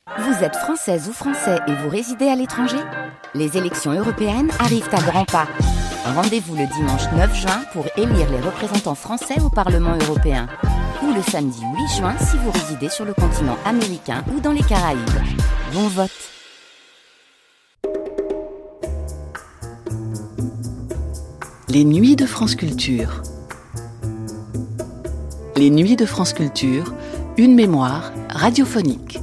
Vous êtes française ou français et vous résidez à l'étranger ? Les élections européennes arrivent à grands pas. Rendez-vous le dimanche 9 juin pour élire les représentants français au Parlement européen. Ou le samedi 8 juin si vous résidez sur le continent américain ou dans les Caraïbes. Bon vote! Les Nuits de France Culture. Les Nuits de France Culture, une mémoire radiophonique.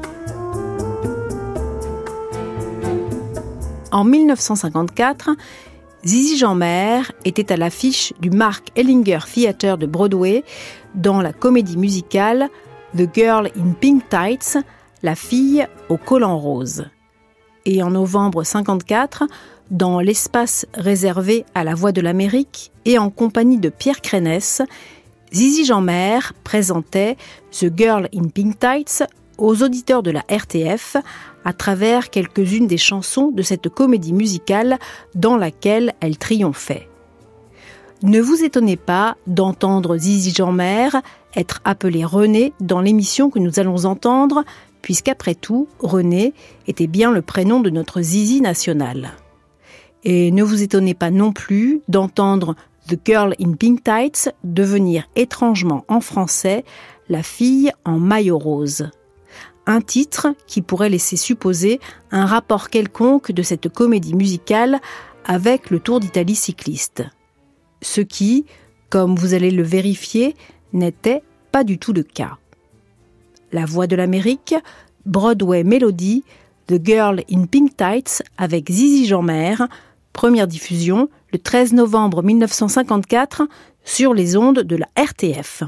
En 1954, Zizi Jeanmaire était à l'affiche du Mark Ellinger Theatre de Broadway dans la comédie musicale The Girl in Pink Tights, la fille au collant rose. Et en novembre 1954, dans l'espace réservé à la Voix de l'Amérique et en compagnie de Pierre Crénesse, Zizi Jeanmaire présentait The Girl in Pink Tights aux auditeurs de la RTF à travers quelques-unes des chansons de cette comédie musicale dans laquelle elle triomphait. Ne vous étonnez pas d'entendre Zizi Jeanmaire être appelée Renée dans l'émission que nous allons entendre, puisqu'après tout, Renée était bien le prénom de notre Zizi nationale. Et ne vous étonnez pas non plus d'entendre The Girl in Pink Tights devenir étrangement en français la fille en maillot rose. Un titre qui pourrait laisser supposer un rapport quelconque de cette comédie musicale avec le Tour d'Italie cycliste. Ce qui, comme vous allez le vérifier, n'était pas du tout le cas. La Voix de l'Amérique, Broadway Melody, The Girl in Pink Tights avec Zizi Jeanmaire, première diffusion le 13 novembre 1954 sur les ondes de la RTF.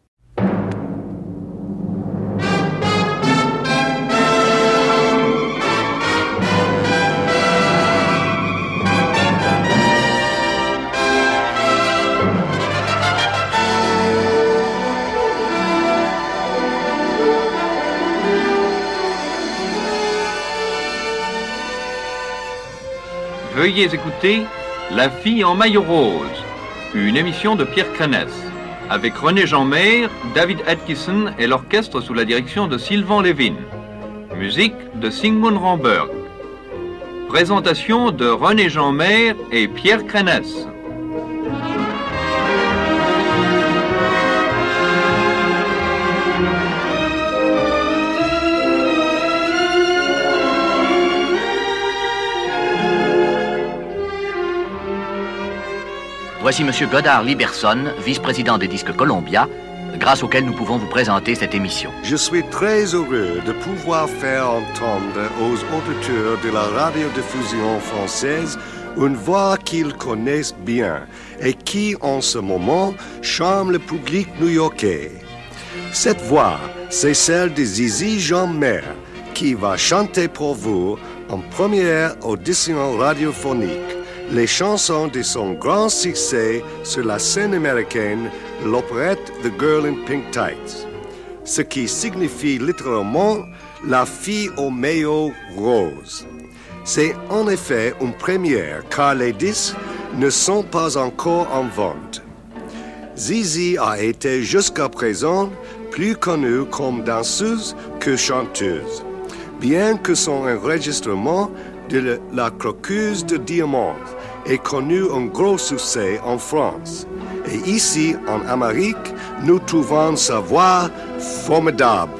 Veuillez écouter La fille en maillot rose, une émission de Pierre Crénesse, avec René Jeanmaire, David Atkinson et l'orchestre sous la direction de Sylvain Levin. Musique de Sigmund Ramberg. Présentation de René Jeanmaire et Pierre Crénesse. Voici M. Godard Liberson, vice-président des disques Columbia, grâce auquel nous pouvons vous présenter cette émission. Je suis très heureux de pouvoir faire entendre aux auditeurs de la radiodiffusion française une voix qu'ils connaissent bien et qui, en ce moment, charme le public new-yorkais. Cette voix, c'est celle de Zizi Jeanmaire, qui va chanter pour vous en première audition radiophonique les chansons de son grand succès sur la scène américaine, l'opérette The Girl in Pink Tights, ce qui signifie littéralement la fille au maillot rose. C'est en effet une première car les disques ne sont pas encore en vente. Zizi a été jusqu'à présent plus connue comme danseuse que chanteuse, bien que son enregistrement de La Croqueuse de Diamant ait connu un gros succès en France. Et ici, en Amérique, nous trouvons sa voix formidable.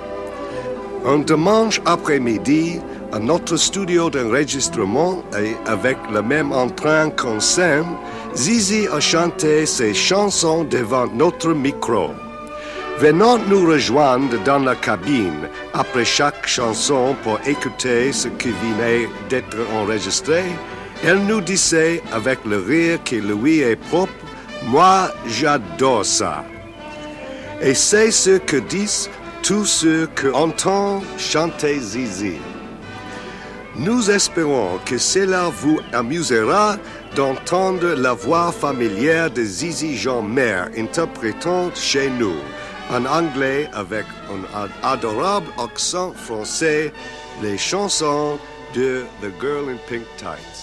Un dimanche après-midi, à notre studio d'enregistrement et avec le même entrain qu'en scène, Zizi a chanté ses chansons devant notre micro. Venant nous rejoindre dans la cabine après chaque chanson pour écouter ce qui venait d'être enregistré, elle nous disait avec le rire qui lui est propre, « Moi, j'adore ça ». Et c'est ce que disent tous ceux qui entendent chanter Zizi. Nous espérons que cela vous amusera d'entendre la voix familière de Zizi Jeanmaire interprétant chez nous en anglais avec un adorable accent français les chansons de The Girl in Pink Tights.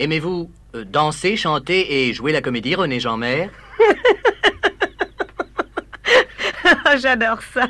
Aimez-vous danser, chanter et jouer la comédie, René Jeanmaire? J'adore ça.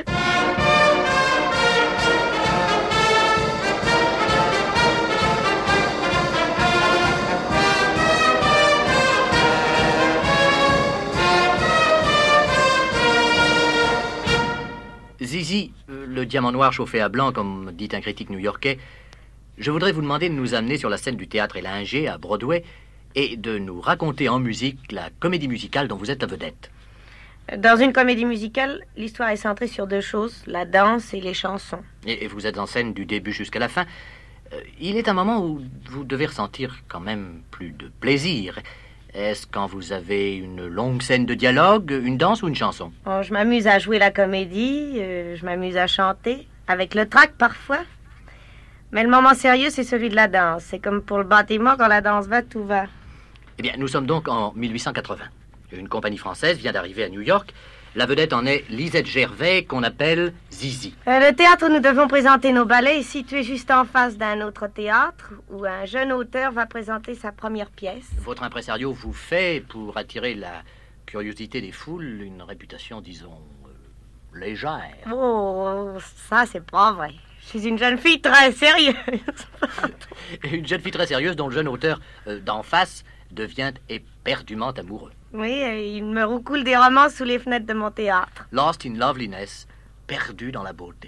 Zizi, le diamant noir chauffé à blanc, comme dit un critique new-yorkais, je voudrais vous demander de nous amener sur la scène du théâtre Élinger à Broadway et de nous raconter en musique la comédie musicale dont vous êtes la vedette. Dans une comédie musicale, l'histoire est centrée sur deux choses, la danse et les chansons. Et vous êtes en scène du début jusqu'à la fin. Il est un moment où vous devez ressentir quand même plus de plaisir. Est-ce quand vous avez une longue scène de dialogue, une danse ou une chanson? Oh, je m'amuse à jouer la comédie, je m'amuse à chanter, avec le trac parfois. Mais le moment sérieux, c'est celui de la danse. C'est comme pour le bâtiment, quand la danse va, tout va. Eh bien, nous sommes donc en 1880. Une compagnie française vient d'arriver à New York. La vedette en est Lisette Gervais, qu'on appelle Zizi. Le théâtre où nous devons présenter nos ballets est situé juste en face d'un autre théâtre où un jeune auteur va présenter sa première pièce. Votre impresario vous fait, pour attirer la curiosité des foules, une réputation, disons, légère. Oh, ça, c'est pas vrai. Je suis une jeune fille très sérieuse. Une jeune fille très sérieuse dont le jeune auteur d'en face devient éperdument amoureux. Oui, il me roucoule des romans sous les fenêtres de mon théâtre. Lost in loveliness, perdu dans la beauté.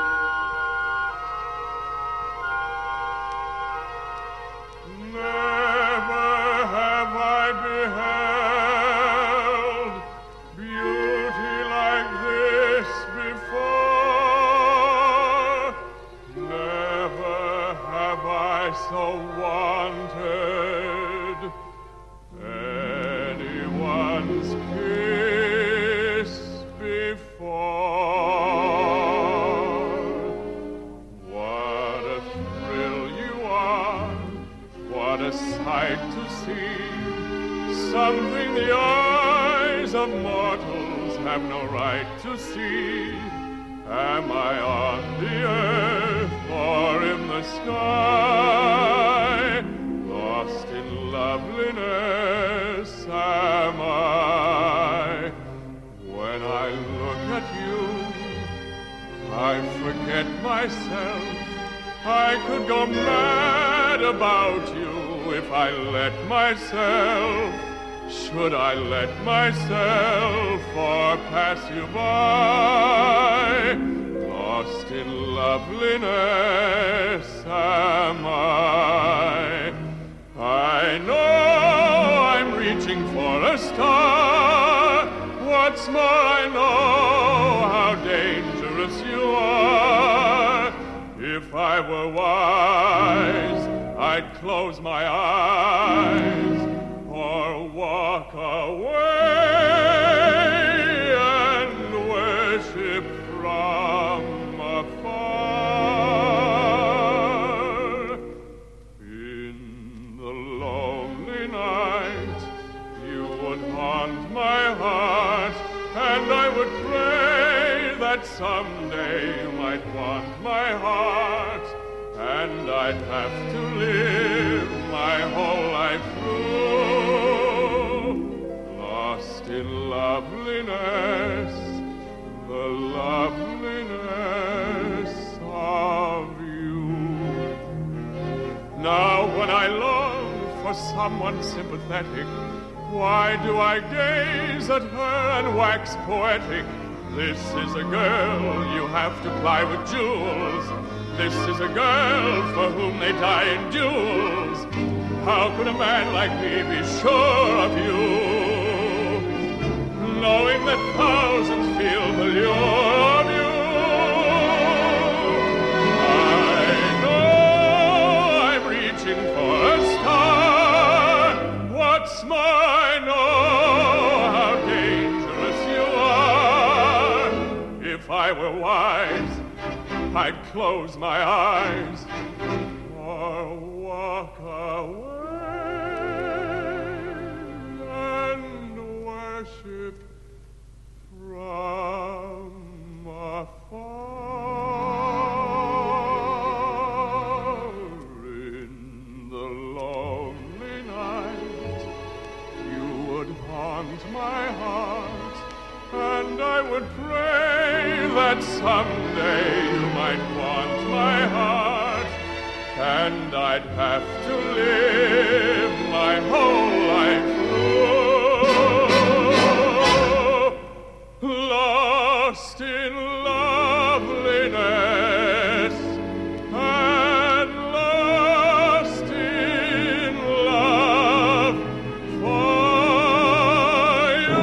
Never have I beheld beauty like this before. Never have I so wanted anyone's kiss before. What a thrill you are, what a sight to see, something the eyes of mortals have no right to see. Am I on the earth or in the sky? Lost in loveliness am I. When I look at you, I forget myself. I could go mad about you if I let myself. Should I let myself or pass you by? Lost in loveliness am I. I know I'm reaching for a star. What's more, I know how dangerous you are. If I were wise, I'd close my eyes or walk away and worship from afar. In the lonely night, you would haunt my heart, and I would pray that someday you might want my heart, and I'd have to live my whole life through, lost in loveliness, the loveliness of you. Now when I long for someone sympathetic, why do I gaze at her and wax poetic? This is a girl you have to ply with jewels. This is a girl for whom they die in duels. How could a man like me be sure of you, knowing that thousands feel the lure of you? I know I'm reaching for a star. What's more, I know how dangerous you are. If I were wise, I'd close my eyes or walk away and worship from afar. In the lonely would pray that someday you might want my heart, and I'd have to live my whole life through, lost in loveliness and lost in love for you.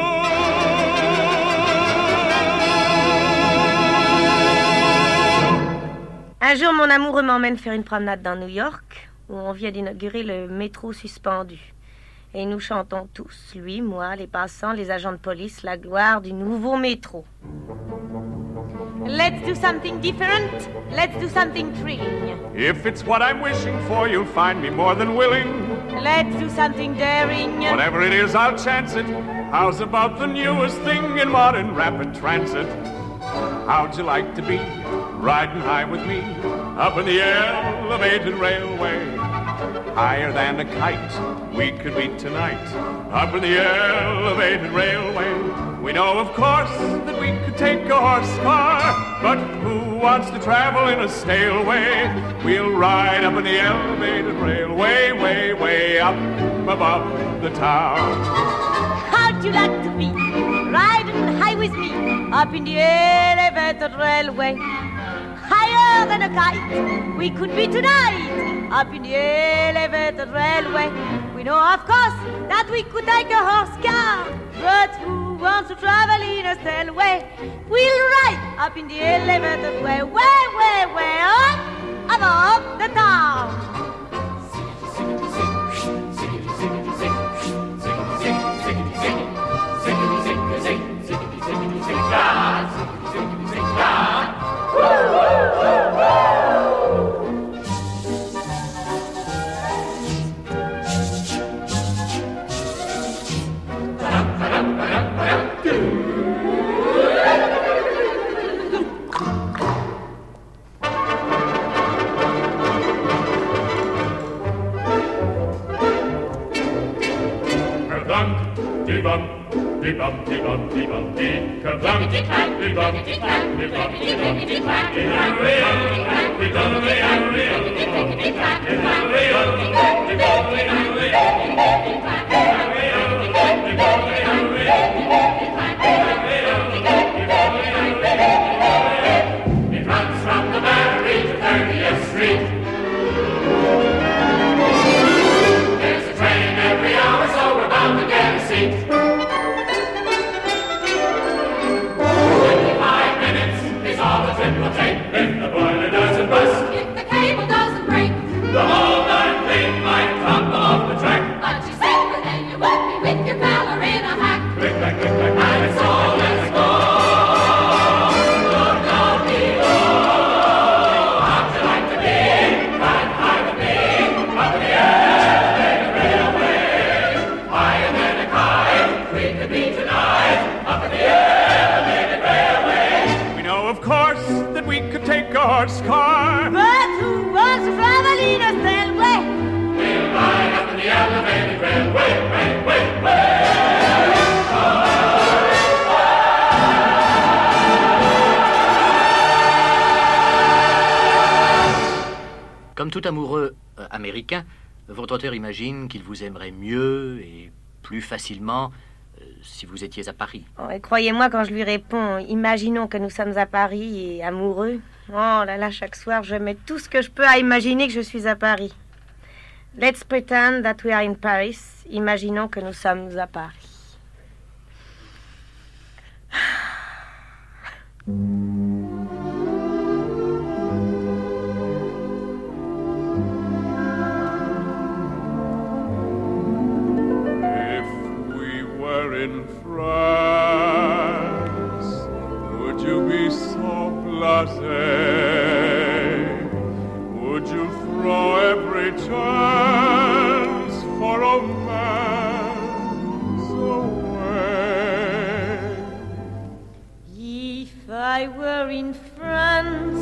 Un jour, mon amoureux m'emmène faire une promenade dans New York, où on vient d'inaugurer le métro suspendu. Et nous chantons tous, lui, moi, les passants, les agents de police, la gloire du nouveau métro. Let's do something different. Let's do something thrilling. If it's what I'm wishing for, you'll find me more than willing. Let's do something daring. Whatever it is, I'll chance it. How's about the newest thing in modern rapid transit? How'd you like to be riding high with me up in the elevated railway? Higher than a kite, we could be tonight up in the elevated railway. We know, of course, that we could take a horse car, but who wants to travel in a stale way? We'll ride up in the elevated railway, way, way up above the town. How'd you like to be riding high with me up in the elevated railway? Higher than a kite, we could be tonight up in the elevated railway. We know, of course, that we could take a horse car, but who wants to travel in a stale way? We'll ride up in the elevated way, way, way, way up above the town. It runs from the Battery to 30th Street. There's a train every hour, so we're bound to get a seat. 25 minutes is all the trip will take. If the boiler doesn't bust, if the cable doesn't break, the whole darn thing might crumble off the track. But you're safer than you would be with your feller in a hack. Click, clack, click, clack, and it's all let's go. Look down below. How'd you like to be riding high with me up in the elevated railway? Higher than a kite, we could be tonight up in the elevated railway. We know, of course, that we could take a horse car, But who wants to travel in a stale way? We'll ride up in the elevated railway, way, way, way. Comme tout amoureux américain, votre auteur imagine qu'il vous aimerait mieux et plus facilement si vous étiez à Paris. Oh, et croyez-moi quand je lui réponds, imaginons que nous sommes à Paris et amoureux. Oh là là, chaque soir, je mets tout ce que je peux à imaginer que je suis à Paris. Let's pretend that we are in Paris. Imaginons que nous sommes à Paris. If we were in France, would you be so blasé? Would you throw every chance for romance away? If I were in France,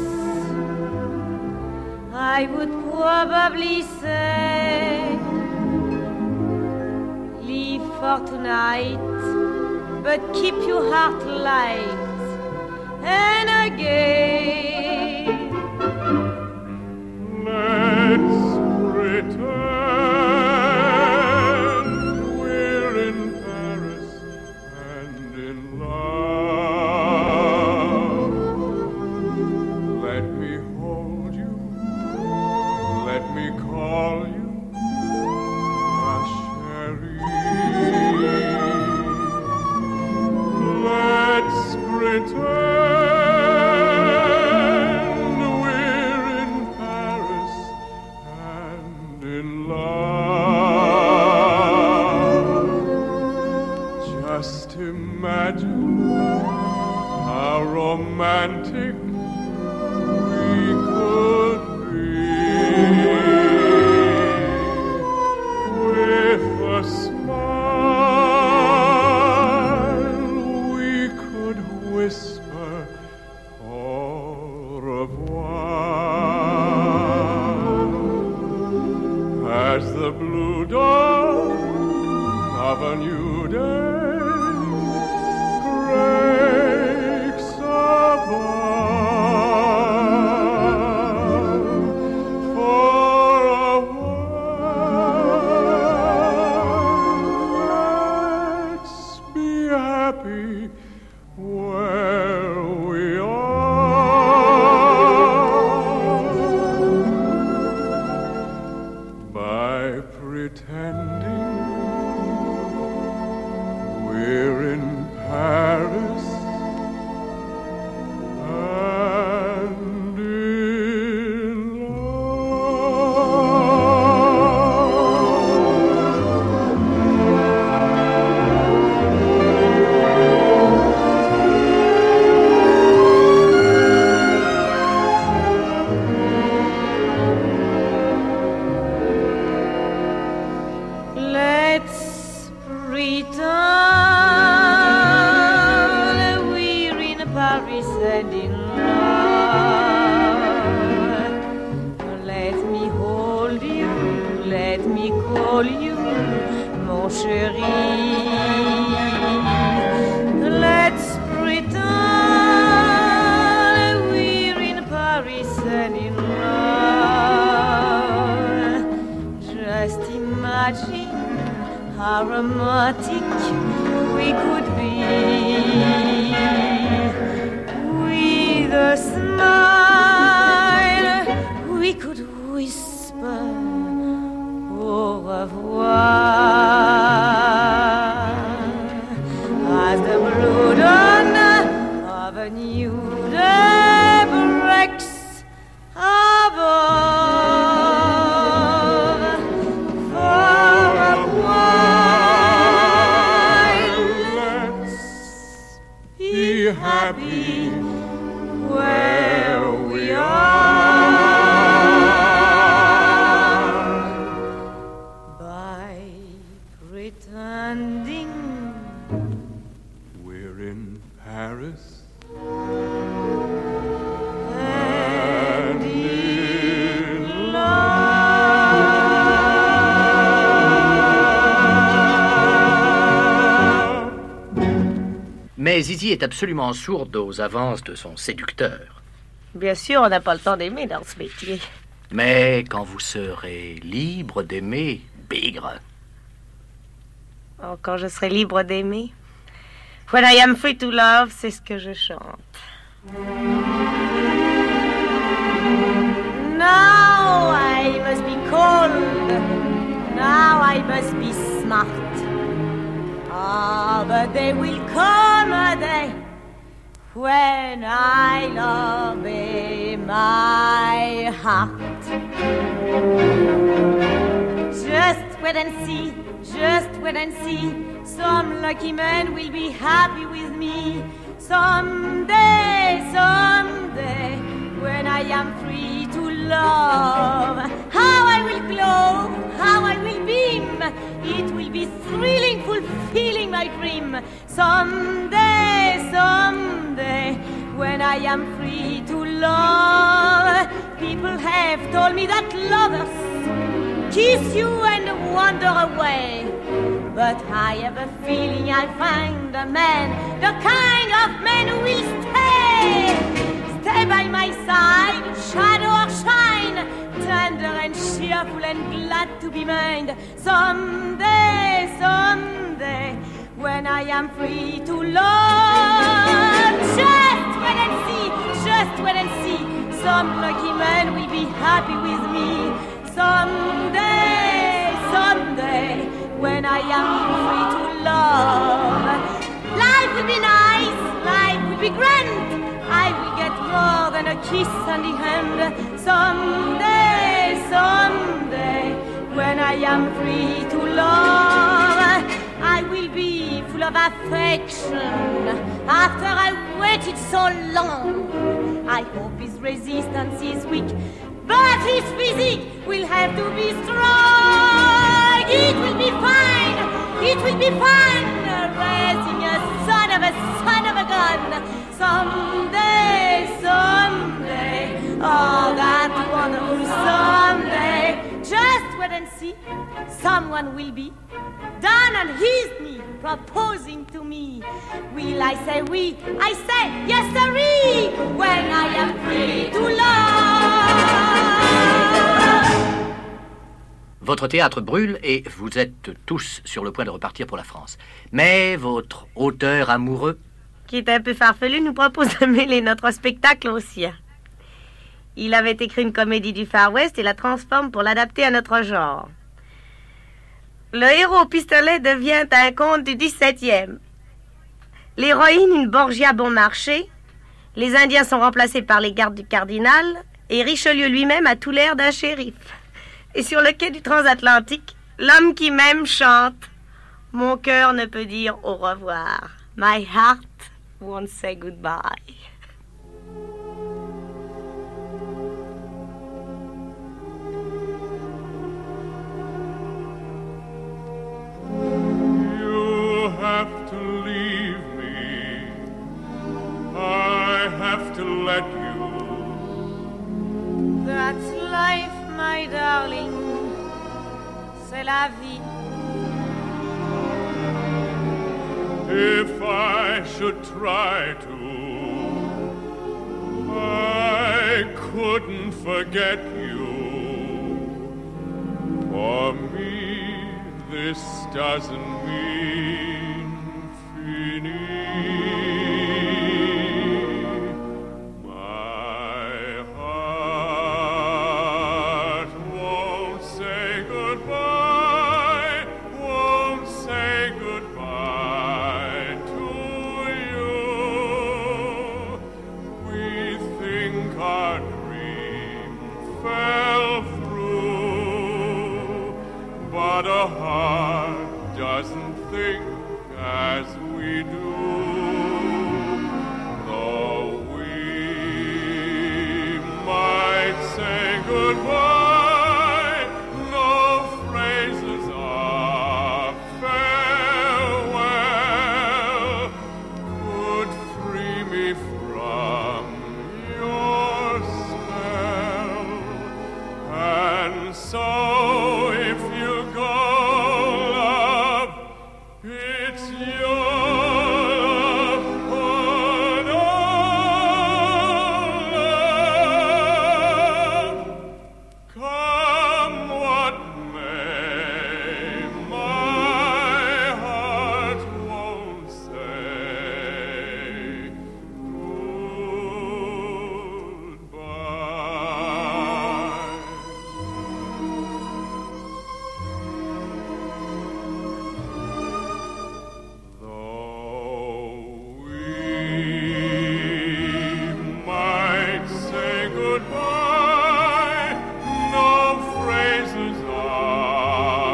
I would probably say, leave for tonight but keep your heart light and again. Let's pretend we're in Paris and in love. Let me hold you, let me call you ma chérie. Let's pretend we're in Paris and in love. Just imagine how romantic we could be. With a smile we could whisper au revoir as the blue dawn of a new day breaks above. For a while, let's be happy where we are. By pretending we're in Paris and in Let's pretend we're in Paris and in love. Let me hold you, let me call you mon chéri. Let's pretend we're in Paris and in love. Just imagine how romantic we could be. With a smile we could whisper au revoir as the blue dawn of a new day breaks above. For a while, let's be happy where we are. By pretending we're in Paris and in love. Mais Zizi est absolument sourde aux avances de son séducteur. Bien sûr, on n'a pas le temps d'aimer dans ce métier. Mais quand vous serez libre d'aimer, bigre. Oh, quand je serai libre d'aimer. When I am free to love, c'est ce que je chante. Now I must be cold. Now I must be smart. Ah, but there will come a day when I'll obey my heart. Just wait and see, just wait and see. Some lucky man will be happy with me. Someday, someday, when I am free to love. How I will glow, how I will beam. It will be thrilling, fulfilling my dream. Someday, someday, when I am free to love. People have told me that lovers kiss you and wander away. But I have a feeling I'll find a man, the kind of man who will stay by my side, shadow or shine, tender and cheerful and glad to be mine. Someday, someday, when I am free to love, just wait and see, just wait and see. Some lucky man will be happy with me. Someday, someday, when I am free to love. Life will be nice, life will be grand. I will get more than a kiss on the hand. Someday, someday, when I am free to love, I will be full of affection after I waited so long. I hope his resistance is weak, but his physique will have to be strong. It will be fine, it will be fun, raising a son of a gun. Someday, someday, oh, that wonderful someday. Just wait and see, someone will be down on his knee, proposing to me. Will I say oui? I say yes, sirree, when I am free to love. Votre théâtre brûle et vous êtes tous sur le point de repartir pour la France. Mais votre auteur amoureux, qui est un peu farfelu, nous propose de mêler notre spectacle au sien. Il avait écrit une comédie du Far West et la transforme pour l'adapter à notre genre. Le héros au pistolet devient un conte du 17e. L'héroïne, une Borgia bon marché. Les Indiens sont remplacés par les gardes du cardinal. Et Richelieu lui-même a tout l'air d'un shérif. Et sur le quai du transatlantique, l'homme qui m'aime chante. Mon cœur ne peut dire au revoir. My heart won't say goodbye. You have to leave me. I have to let you. That's life, my darling. C'est la vie. If I should try to, I couldn't forget you. For me, this doesn't mean fini. My heart won't say goodbye, won't say goodbye to you. We think our dream fell through, but a heart doesn't think as we do. Though we might say goodbye, no phrases of farewell could free me from your spell. And so if you go, love, it's your love, oh, love. Come what may, my heart won't say goodbye. Though we might say goodbye, no phrases of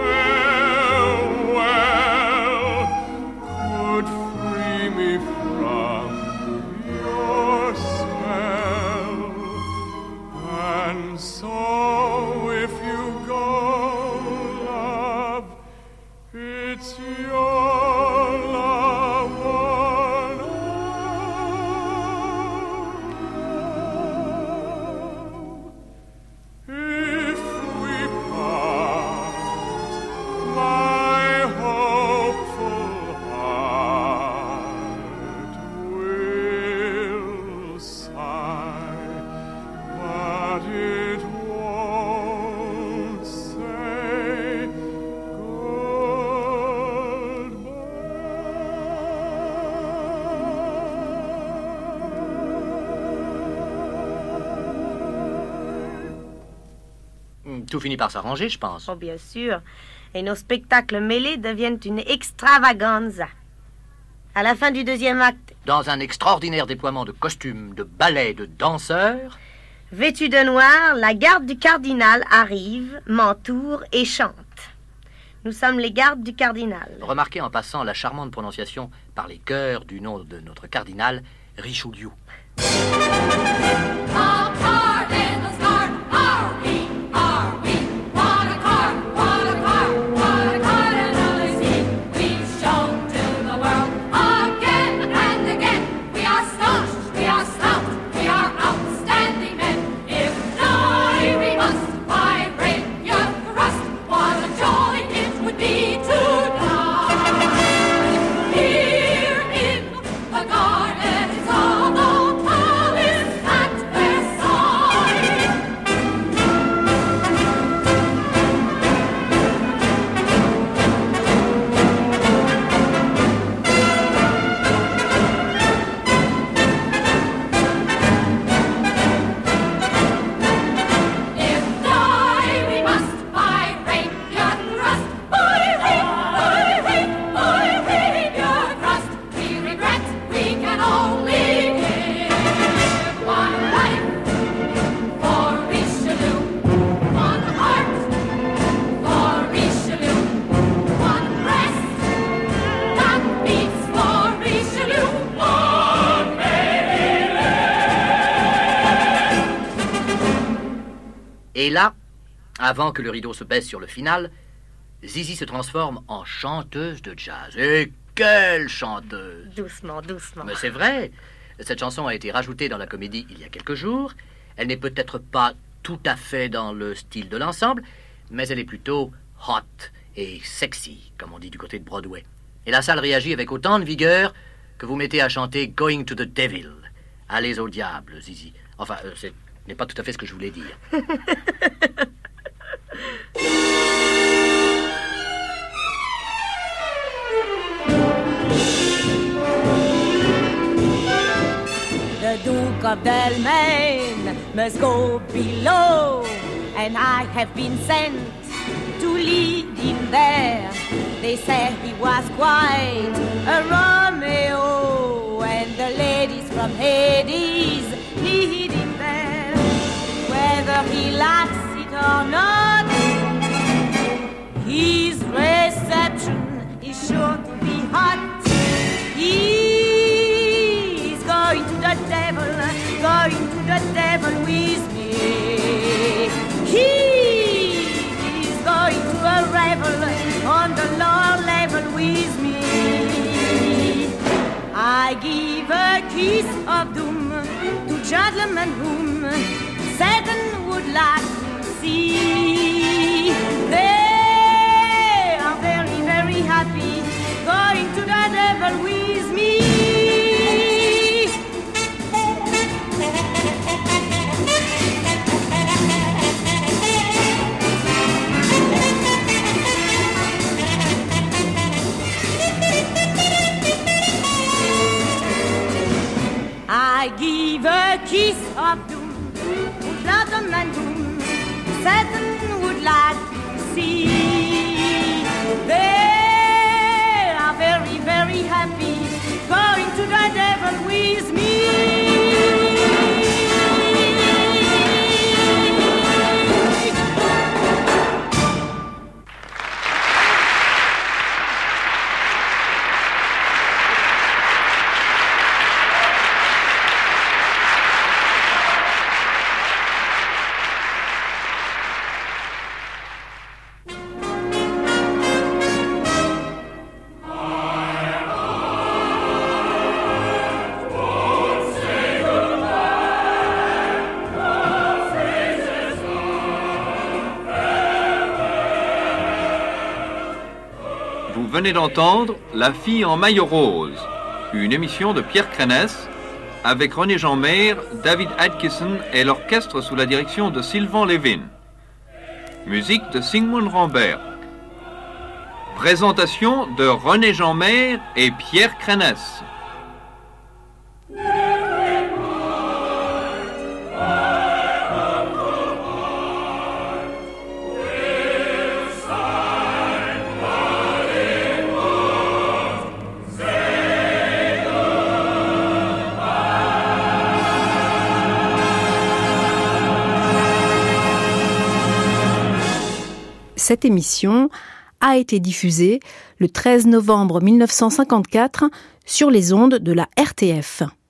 farewell could free me from your spell. And so if you go, love, it's your love, oh, love. If we part, my heart Tout finit par s'arranger, je pense. Oh, bien sûr. Et nos spectacles mêlés deviennent une extravaganza. À la fin du deuxième acte, dans un extraordinaire déploiement de costumes, de ballets, de danseurs, vêtus de noir, la garde du cardinal arrive, m'entoure et chante. Nous sommes les gardes du cardinal. Remarquez en passant la charmante prononciation par les chœurs du nom de notre cardinal, Richelieu. Et là, avant que le rideau se baisse sur le final, Zizi se transforme en chanteuse de jazz. Et quelle chanteuse! Doucement, doucement. Mais c'est vrai. Cette chanson a été rajoutée dans la comédie il y a quelques jours. Elle n'est peut-être pas tout à fait dans le style de l'ensemble, mais elle est plutôt hot et sexy, comme on dit du côté de Broadway. Et la salle réagit avec autant de vigueur que vous mettez à chanter « Going to the Devil ». Allez au diable, Zizi. Enfin, ce n'est pas tout à fait ce que je voulais dire. The Duke of Delmain must go below, and I have been sent to lead him there. They say he was quite a Romeo, and the ladies from Hades need him there. Whether he likes it or not, his reception is sure to be hot. He's going to the devil with me. He's going to a revel on the lower level with me. I give a kiss of doom to gentlemen whom Satan would like to see. They are very, very happy going to the devil with me. I give a kiss of doom to gentlemen whom Satan would like to see. They are very, very happy going to the devil with me. Vous venez d'entendre La fille en maillot rose, une émission de Pierre Crenesse avec René Jeanmaire, David Atkinson et l'orchestre sous la direction de Sylvain Levin. Musique de Sigmund Ramberg. Présentation de René Jeanmaire et Pierre Crenesse. cette émission a été diffusée le 13 novembre 1954 sur les ondes de la RTF.